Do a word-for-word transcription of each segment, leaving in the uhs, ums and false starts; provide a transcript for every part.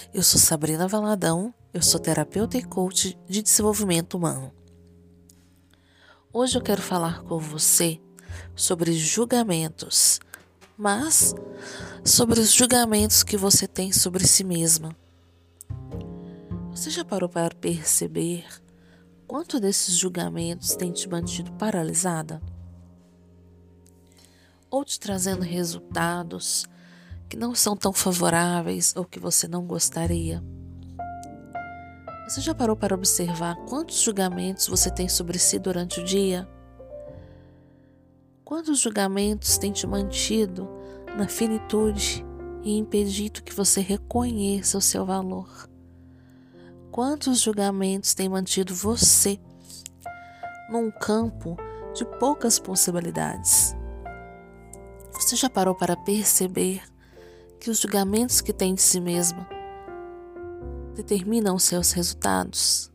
Eu sou Sabrina Valadão, eu sou terapeuta e coach de desenvolvimento humano. Hoje eu quero falar com você sobre julgamentos, mas sobre os julgamentos que você tem sobre si mesma. Você já parou para perceber quanto desses julgamentos tem te mantido paralisada? Ou te trazendo resultados que não são tão favoráveis ou que você não gostaria? Você já parou para observar quantos julgamentos você tem sobre si durante o dia? Quantos julgamentos têm te mantido na finitude e impedido que você reconheça o seu valor? Quantos julgamentos têm mantido você num campo de poucas possibilidades? Você já parou para perceber que os julgamentos que tem de si mesma determinam os seus resultados?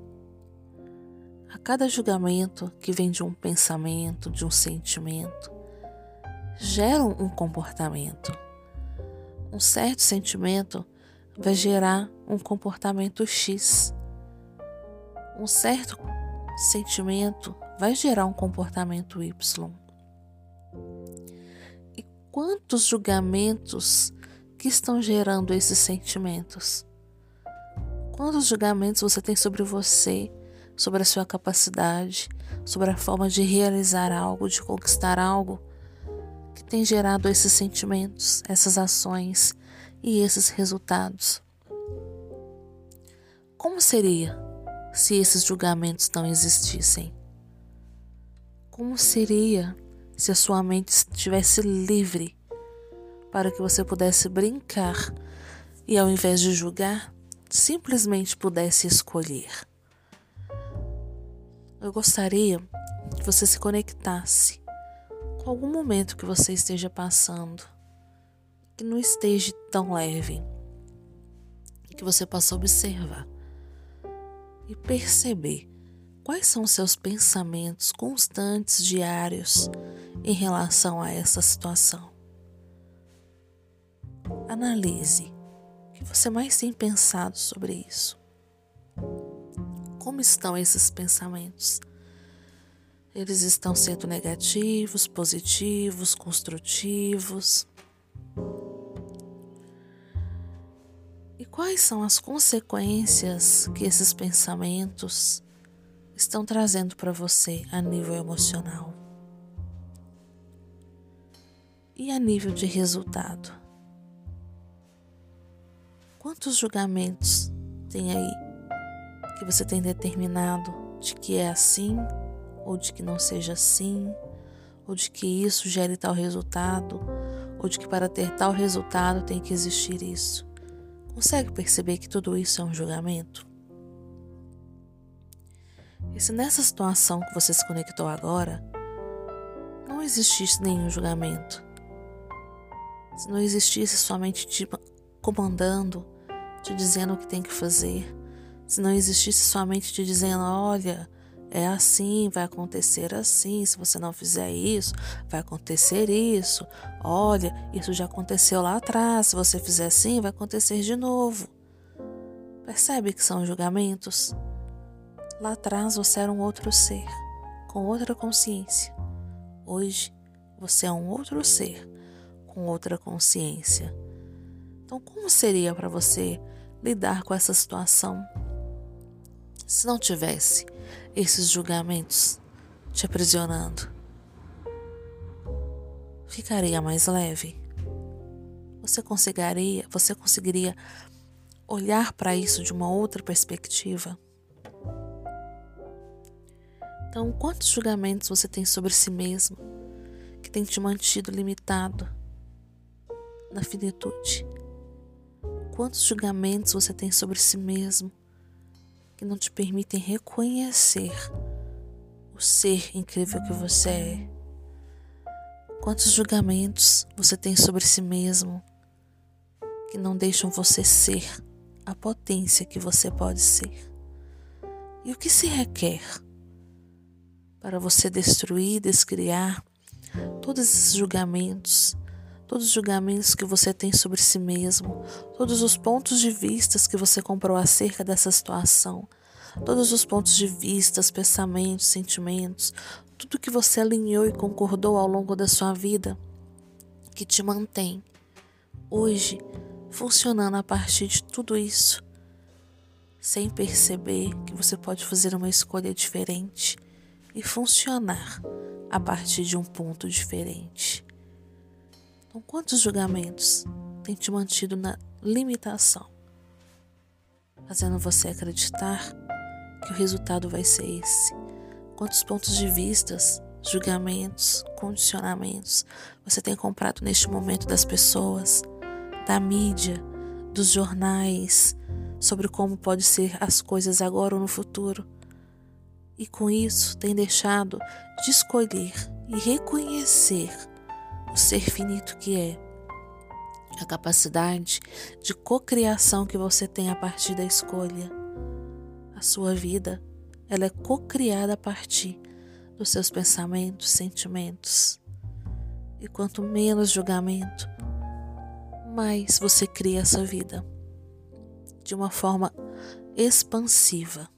A cada julgamento que vem de um pensamento, de um sentimento, geram um comportamento. Um certo sentimento vai gerar um comportamento X. Um certo sentimento vai gerar um comportamento Y. E quantos julgamentos que estão gerando esses sentimentos? Quantos julgamentos você tem sobre você, sobre a sua capacidade, sobre a forma de realizar algo, de conquistar algo, que tem gerado esses sentimentos, essas ações e esses resultados? Como seria se esses julgamentos não existissem? Como seria se a sua mente estivesse livre para que você pudesse brincar e, ao invés de julgar, simplesmente pudesse escolher? Eu gostaria que você se conectasse com algum momento que você esteja passando, que não esteja tão leve, que você possa observar e perceber quais são os seus pensamentos constantes, diários, em relação a essa situação. Analise o que você mais tem pensado sobre isso. Como estão esses pensamentos? Eles estão sendo negativos, positivos, construtivos? E quais são as consequências que esses pensamentos estão trazendo para você a nível emocional? E a nível de resultado? Quantos julgamentos tem aí que você tem determinado de que é assim, ou de que não seja assim, ou de que isso gere tal resultado, ou de que para ter tal resultado tem que existir isso? Consegue perceber que tudo isso é um julgamento? E se nessa situação que você se conectou agora, não existisse nenhum julgamento, se não existisse somente te comandando, te dizendo o que tem que fazer, se não existisse somente te dizendo, olha, é assim, vai acontecer assim, se você não fizer isso, vai acontecer isso, olha, isso já aconteceu lá atrás, se você fizer assim, vai acontecer de novo. Percebe que são julgamentos? Lá atrás você era um outro ser, com outra consciência. Hoje você é um outro ser, com outra consciência. Então, como seria para você lidar com essa situação se não tivesse esses julgamentos te aprisionando? Ficaria mais leve? Você conseguiria, você conseguiria olhar para isso de uma outra perspectiva? Então, quantos julgamentos você tem sobre si mesmo que tem te mantido limitado na finitude? Quantos julgamentos você tem sobre si mesmo que não te permitem reconhecer o ser incrível que você é? Quantos julgamentos você tem sobre si mesmo que não deixam você ser a potência que você pode ser? E o que se requer para você destruir, descriar todos esses julgamentos, todos os julgamentos que você tem sobre si mesmo, todos os pontos de vista que você comprou acerca dessa situação, todos os pontos de vista, pensamentos, sentimentos, tudo que você alinhou e concordou ao longo da sua vida, que te mantém hoje funcionando a partir de tudo isso, sem perceber que você pode fazer uma escolha diferente e funcionar a partir de um ponto diferente. Então, quantos julgamentos têm te mantido na limitação, fazendo você acreditar que o resultado vai ser esse? Quantos pontos de vistas, julgamentos, condicionamentos você tem comprado neste momento das pessoas, da mídia, dos jornais, sobre como pode ser as coisas agora ou no futuro? E com isso tem deixado de escolher e reconhecer o ser finito que é, a capacidade de cocriação que você tem a partir da escolha. A sua vida, ela é cocriada a partir dos seus pensamentos, sentimentos. E quanto menos julgamento, mais você cria essa vida de uma forma expansiva.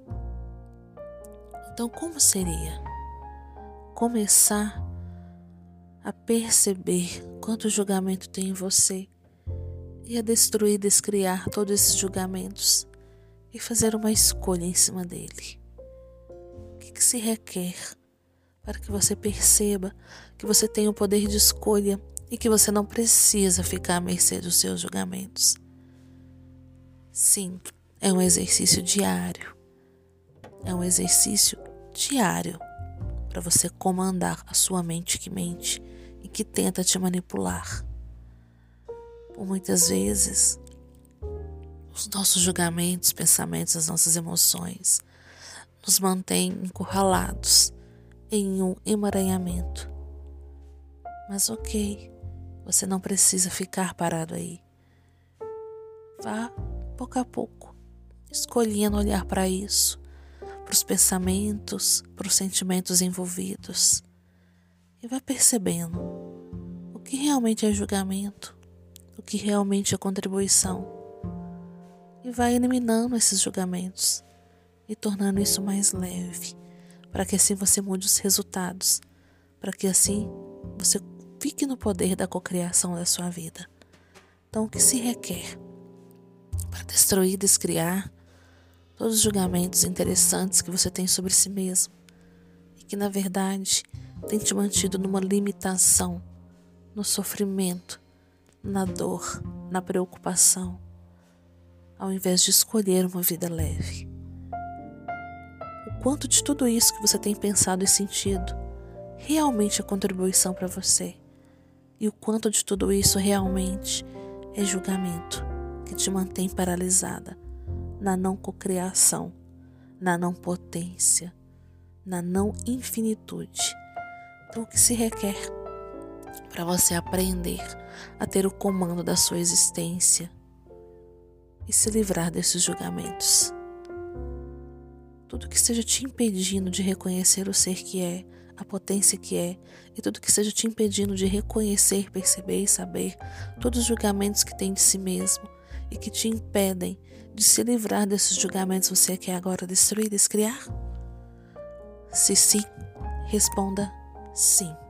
Então, como seria começar a perceber quanto julgamento tem em você e a destruir, descriar todos esses julgamentos e fazer uma escolha em cima dele? O que, que se requer para que você perceba que você tem o poder de escolha e que você não precisa ficar à mercê dos seus julgamentos? Sim, é um exercício diário. É um exercício diário para você comandar a sua mente que mente e que tenta te manipular. Por muitas vezes, os nossos julgamentos, pensamentos, as nossas emoções nos mantêm encurralados em um emaranhamento. Mas ok, você não precisa ficar parado aí. Vá pouco a pouco, escolhendo olhar para isso, para os pensamentos, para os sentimentos envolvidos, e vá percebendo o que realmente é julgamento, o que realmente é contribuição, e vai eliminando esses julgamentos e tornando isso mais leve, para que assim você mude os resultados, para que assim você fique no poder da cocriação da sua vida. Então, o que se requer para destruir, descriar todos os julgamentos interessantes que você tem sobre si mesmo e que na verdade tem te mantido numa limitação, no sofrimento, na dor, na preocupação, ao invés de escolher uma vida leve? O quanto de tudo isso que você tem pensado e sentido realmente é contribuição para você, e o quanto de tudo isso realmente é julgamento que te mantém paralisada na não cocriação, na não potência, na não infinitude. Então, o que se requer para você aprender a ter o comando da sua existência e se livrar desses julgamentos? Tudo que esteja te impedindo de reconhecer o ser que é, a potência que é, e tudo que esteja te impedindo de reconhecer, perceber e saber todos os julgamentos que tem de si mesmo e que te impedem de se livrar desses julgamentos, você quer agora destruir, descriar? Se sim, responda sim.